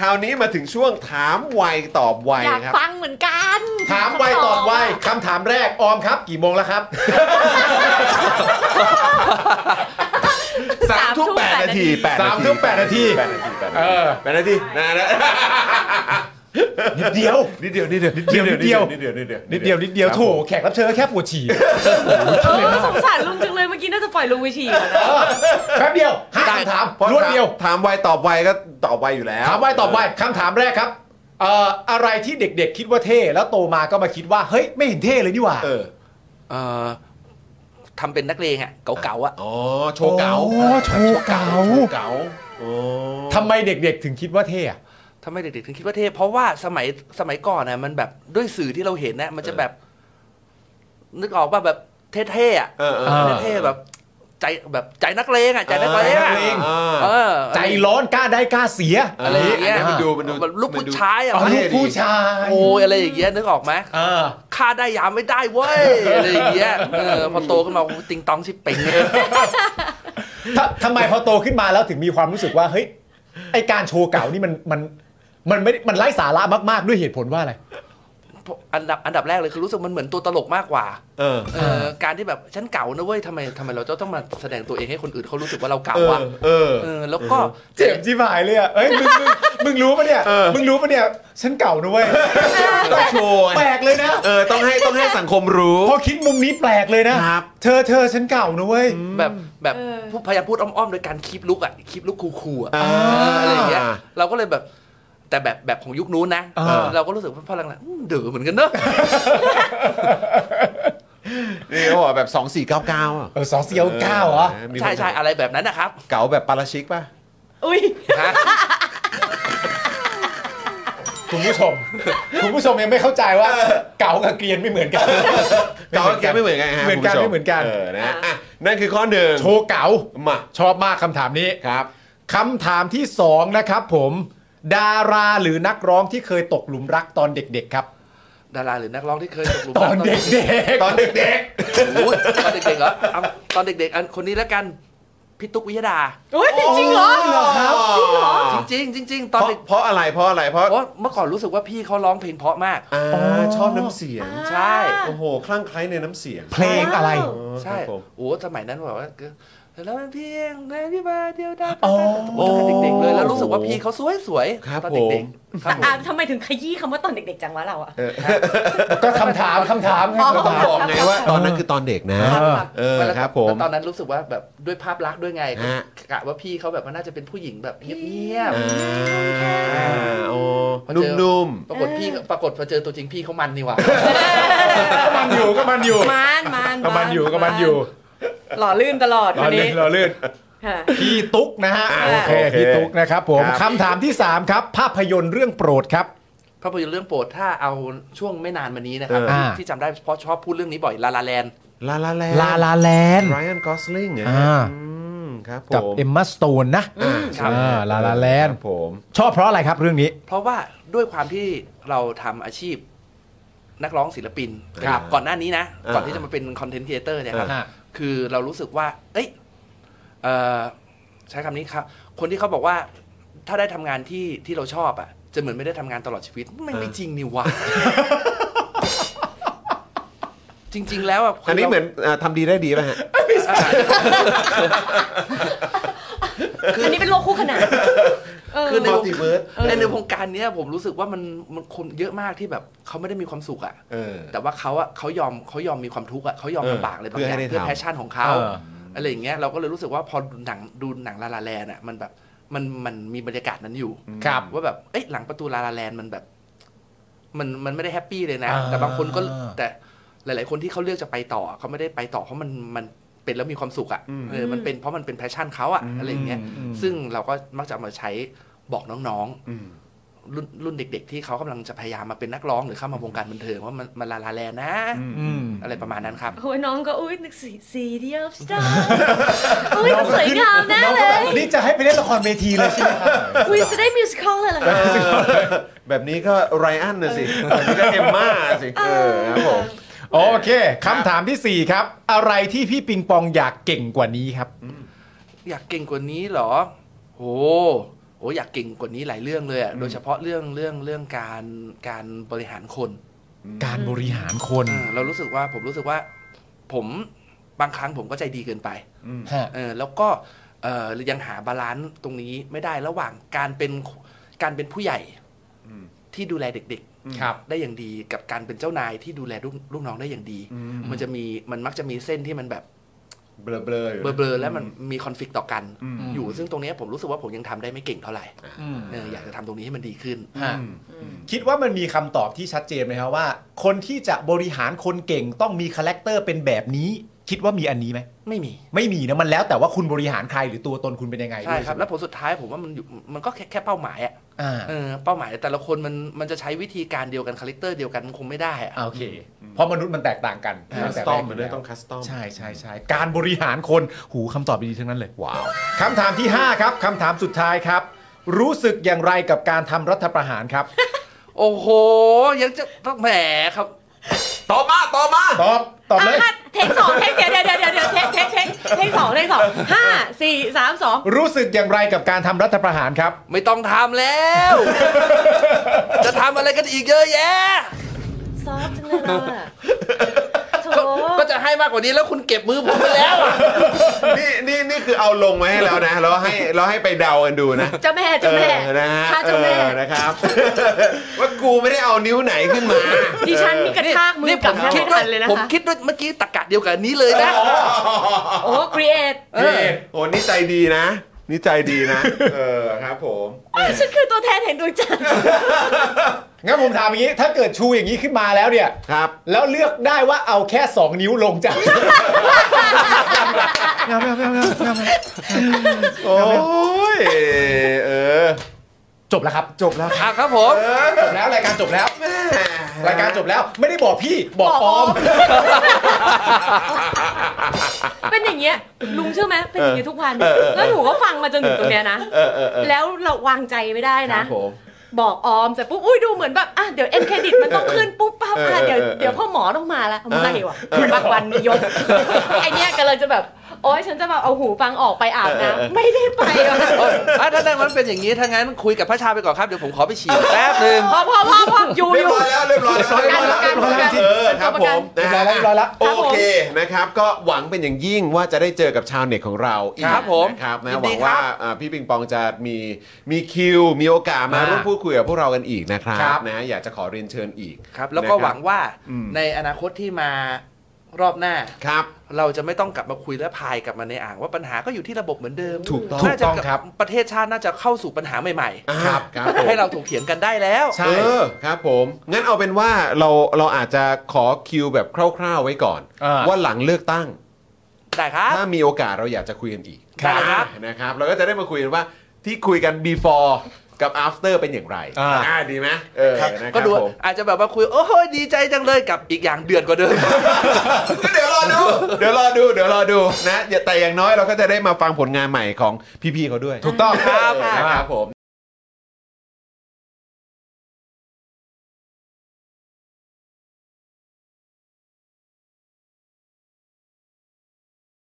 ราวนี้มาถึงช่วงถามไวตอบไวอยากครับฟังเหมือนกันถามไวตอบไวคำถามแรกออมครับกี่โมงแล้วครับ 3 ทุ่ม 8 นาที 3 ทุ่ม 8 นาที 8 นาที 8 นาทีนะนิดเดียวนิดเดียวนิดเดียวนิดเดียวนิดเดียวนิดเดียวนิดเดียวนิดเดียวนิดเดียวโถแขกรับเชิญแค่ปวดฉี่สงสารลุงจังเลยเมื่อกี้น่าจะปล่อยลุงไปฉี่ก่อนนะแป๊บเดียว5คำถามรวดเดียวถามไวตอบไวก็ตอบไวอยู่แล้วถามไวตอบไวคำถามแรกครับอะไรที่เด็กๆคิดว่าเท่แล้วโตมาก็มาคิดว่าเฮ้ยไม่เห็นเท่เลยนี่หว่าทำเป็นนักเลงอ่ะเก๋าๆอ่ะอ๋อโชว์เก๋าโชว์เก๋าเก๋าทำไมเด็กๆถึงคิดว่าเท่อะทำไมเด็กๆถึงคิดว่าเท่เพราะว่าสมัยก่อนน่ะมันแบบด้วยสื่อที่เราเห็นนะมันจะแบบนึกออกว่าแบบเท่ๆอ่ะเท่ๆแบบใจนักเลงอ่ะใจนักเลงอ่ะใจร้อนกล้าได้กล้าเสียอะไรอย่างเงี้ยมันดูลูกผู้ชายอ่ะลูกผู้ชายโอ้ยอะไรอย่างเงี้ยนึกออกไหมฆ่าได้ยามไม่ได้เว้ยอะไรอย่างเงี้ยพอโตขึ้นมาติงตองชิบเป่งเลยทำไมพอโตขึ้นมาแล้วถึงมีความรู้สึกว่าเฮ้ยไอการโชว์เก่านี่มันไม่มันไร้สาระมากๆด้วยเหตุผลว่าอะไรอันดับแรกเลยคือรู้สึกมันเหมือนตัวตลกมากกว่าการที่แบบฉันเก่านะเว้ยทำไมเราจะต้องมาแสดงตัวเองให้คนอื่นเขารู้สึกว่าเราเก่าอ่ะแล้วก็เจ็บจิ๋วหายเลยอ่ะเอ้ยมึงรู้ปะเนี่ยมึงรู้ปะเนี่ยฉันเก่านะเว้ยต้องโชว์แปลกเลยนะต้องให้สังคมรู้พอคิดมุมนี้แปลกเลยนะครับเธอฉันเก่านะเว้ยแบบพยายามพูดอ้อมๆโดยการคีปลุกอ่ะคีปลุกคูลๆอ่ะอะไรอย่างเงี้ยเราก็เลยแบบแต่แบบของยุคนู้นนะเราก็รู้สึกว่าพลังเดือเหมือนกันเนอะนี่เขาบอกแบบ2499อ่ะ 2499เหรอใช่อะไรแบบนั้นนะครับเก๋าแบบปาราชิกป่ะอุ้ยคุณผู้ชมยังไม่เข้าใจว่าเก๋ากับเกรียนไม่เหมือนกันเก๋ากับเกรียนไม่เหมือนกันฮะไม่เหมือนกันนะนั่นคือข้อหนึ่งโชว์เก๋ามาชอบมากคำถามนี้ครับคำถามที่2นะครับผมดาราหรือนักร้องที่เคยตกหลุมรักตอนเด็กๆครับดาราหรือนักร้องที่เคยตกหลุมรักตอนเด็กๆตอนเด็กเหรอตอนเด็กๆอันคนนี้แล้วกันพี่ตุ๊กวิยดาจริงเหรอครับจริงเหรอจริงตอนเด็กเพราะอะไรเพราะเมื่อก่อนรู้สึกว่าพี่เขาร้องเพลงเพราะมากชอบน้ำเสียงใช่โอ้โหคลั่งไคล้ในน้ำเสียงเพลงอะไรใช่โอ้สมัยนั้นแบบว่าแล้วมันเพียงในพี่บาเดียวดายเด็กๆเลยแล้วรู้สึกว่าพี่เขาสวยตอนเด็กทำไมถึงขยี้คำว่าตอนเด็กๆจังวะเราอ่ะก็คำถามก็ต้องบอกไงว่าตอนนั้นคือตอนเด็กนะครับผมตอนนั้นรู้สึกว่าแบบด้วยภาพลักษณ์ด้วยไงกะว่าพี่เขาแบบว่าน่าจะเป็นผู้หญิงแบบเงียบๆนุ่มๆปรากฏพอเจอตัวจริงพี่เขามันนี่หว่าก็มันอยู่มันอยู่หล่อลื่นตลอดวันนี้หล่อลื่นพี่ตุ๊กนะฮะโอเคพี่ตุ๊กนะครับผมคำถามที่3ครับภาพยนตร์เรื่องโปรดครับภาพยนตร์เรื่องโปรดถ้าเอาช่วงไม่นานมานี้นะครับที่จำได้เพราะชอบพูดเรื่องนี้บ่อยลาลาแลนด์ไรอันกอสลิงครับผมกับเอมม่าสโตนนะลาลาแลนด์ผมชอบเพราะอะไรครับเรื่องนี้เพราะว่าด้วยความที่เราทำอาชีพนักร้องศิลปินก่อนหน้านี้นะก่อนที่จะมาเป็นคอนเทนต์ครีเอเตอร์เนี่ยครับคือเรารู้สึกว่าใช้คำนี้ครับคนที่เขาบอกว่าถ้าได้ทำงานที่เราชอบอ่ะจะเหมือนไม่ได้ทำงานตลอดชีวิตไม่จริงนี่วะ จริงๆแล้วอ่ะอันนี้เหมือนทำดีได้ดีป่ะฮะอันนี้เป็นโลกคู่ขนานคือในวงการนี้ผมรู้สึกว่ามันคนเยอะมากที่แบบเขาไม่ได้มีความสุขอ่ะแต่ว่าเขายอมมีความทุกข์อ่ะเขายอมลำบากเลยบางอย่างเพื่อแพชชั่นของเขาอะไรอย่างเงี้ยเราก็เลยรู้สึกว่าพอดูหนังลาลาแลนด์อ่ะมันแบบมันมีบรรยากาศนั้นอยู่ว่าแบบหลังประตูลาลาแลนด์มันแบบมันไม่ได้แฮปปี้เลยนะแต่บางคนก็แต่หลายๆคนที่เขาเลือกจะไปต่อเขาไม่ได้ไปต่อเพราะมันเป็นแล้วมีความสุขอ่ะมันเป็นเพราะมันเป็นแพชชั่นเขาอ่ะอะไรอย่างเงี้ยซึ่งเราก็มักจะมาใช้บอกน้องๆรุ่นเด็กๆที่เขากำลังจะพยายามมาเป็นนักร้องหรือเข้ามาวงการบันเทิงว่ามันลาลาแลนด์นะอะไรประมาณนั้นครับโอ้ยน้องก็นึกสีเดียวสตาร์มันสวยงามแน่เลยนี่จะให้ไปเล่นละครเวทีเลยใช่ไหมครับจะได้มิวสิควลเลยเหรอแบบนี้ก็ไรอันนะสิแบบนี้ก็เอมม่าสิครับผมโอเคคำถามที่4ครับอะไรที่พี่ปิงปองอยากเก่งกว่านี้ครับอยากเก่งกว่านี้เหรอโหโอ้อยากเก่งกว่านี้หลายเรื่องเลยโดยเฉพาะเรื่องการบริหารคนการบริหารคนเรารู้สึกว่าผมบางครั้งผมก็ใจดีเกินไป แล้วก็ยังหาบาลานซ์ตรงนี้ไม่ได้ระหว่างการเป็นผู้ใหญ่ที่ดูแลเด็กๆได้อย่างดีกับการเป็นเจ้านายที่ดูแลลูกน้องได้อย่างดีมันมักจะมีเส้นที่มันแบบเบลอแล้วมันมีคอนฟ lict ต่อกันอยู่ซึ่งตรงนี้ผมรู้สึกว่าผมยังทำได้ไม่เก่งเท่าไหร่อยากจะทำตรงนี้ให้มันดีขึ้นคิดว่ามันมีคำตอบที่ชัดเจนไหมครับว่าคนที่จะบริหารคนเก่งต้องมีคาแรคเตอร์เป็นแบบนี้คิดว่ามีอันนี้ไหมไม่มีนะมันแล้วแต่ว่าคุณบริหารใครหรือตัวตนคุณเป็นยังไงใช่ครับแล้วผลสุดท้ายผมว่ามันก็แค่เป้าหมายเป้าหมายแต่ละคนมันจะใช้วิธีการเดียวกันคาแรคเตอร์เดียวกันมันคงไม่ได้โอเคเพราะมนุษย์มันแตกต่างกันคัสตอมมันต้องคัสตอมใช่การบริหารคนหูคำตอบดีทั้งนั้นเลยว้าวคำถามที่5ครับคำถามสุดท้ายครับรู้สึกอย่างไรกับการทำรัฐประหารครับโอ้โหยังจะต้องแหมครับตอบเลยเทค2เทคเดี๋ยวเทค2 5 4 3 2 รู้สึกอย่างไรกับการทำรัฐประหารครับไม่ต้องทำแล้ว จะทำอะไรกันอีกเยอะแยะซอฟจังเลยเราอะก็จะให้มากกว่านี้แล้วคุณเก็บมือผมไปแล้วนี่คือเอาลงมาให้แล้วนะเราให้ไปเดากันดูนะเจ้าแม่นะฮะเจ้าแม่นะครับว่ากูไม่ได้เอานิ้วไหนขึ้นมาดิฉันมีกระชากมือกลับไม่ทันเลยนะคะผมคิดว่าเมื่อกี้ตะกะเดียวกับนี้เลยนะโอ้ครีเอทโอ้นี่ใจดีนะนี่ใจดีนะครับผมฉันคือตัวแทนแห่งดวงจันทร์งั้นผมถามอย่างนี้ถ้าเกิดชูอย่างนี้ขึ้นมาแล้วเนี่ยครับแล้วเลือกได้ว่าเอาแค่2นิ้วลงจากโอ้ยจบแล้วครับครับผมจบแล้วรายการจบแล้วไม่ได้บอกพี่บอกออมเป็นอย่างเงี้ยลุงเชื่อไหมเป็นอย่างเงี้ยทุกวันแล้วหนูก็ฟังมาจนถึงตรงเนี้ยนะแล้วเราวางใจไม่ได้นะบอกออมแต่ปุ๊บอุ้ยดูเหมือนแบบเดี๋ยวเอ็นเครดิตมันต้องขึ้นปุ๊บปั๊บเดี๋ยวพ่อหมอต้องมาแล้วไม่ว่ะบางวันมียกไอเนี้ยก็เลยจะแบบโอ๊ยฉันจะแบบเอาหูฟังออกไปอาบน้ำไม่ได้ไปถ้าดังนั้นเป็นอย่างนี้ถ้างั้นคุยกับพระชาไปก่อนครับเดี๋ยวผมขอไปฉี่แป๊บนึงพออยู่เรียบร้อยแล้วครับผมเรียบร้อยแล้วโอเคนะครับก็หวังเป็นอย่างยิ่งว่าจะได้เจอกับชาวเน็ตของเราอีกนะครับนะหวังว่าพี่ปิงปองจะมีคิวมีโอกาสมาร่วมพูดคุยกับพวกเรากันอีกนะครับนะอยากจะขอเรียนเชิญอีกครับแล้วก็หวังว่าในอนาคตที่มารอบหน้าครับเราจะไม่ต้องกลับมาคุยและพายกลับมาในอ่างว่าปัญหาก็อยู่ที่ระบบเหมือนเดิมถูกต้องครับประเทศชาติน่าจะเข้าสู่ปัญหาใหม่ๆครับให้เราถกเถียงกันได้แล้วใช่ครับผมงั้นเอาเป็นว่าเราอาจจะขอคิวแบบคร่าวๆไว้ก่อนว่าหลังเลือกตั้งได้ครับถ้ามีโอกาสเราอยากจะคุยกันอีกนะครับเราก็จะได้มาคุยกันว่าที่คุยกัน beforeกับ after เป็นอย่างไรดีไหมก็ดูอาจจะแบบว่าคุยโอ้ยดีใจจังเลยกับอีกอย่างเดือดกว่าเดิมก็เดี๋ยวรอดูนะแต่อย่างน้อยเราก็จะได้มาฟังผลงานใหม่ของพี่ๆเขาด้วยถูกต้องนะครับผม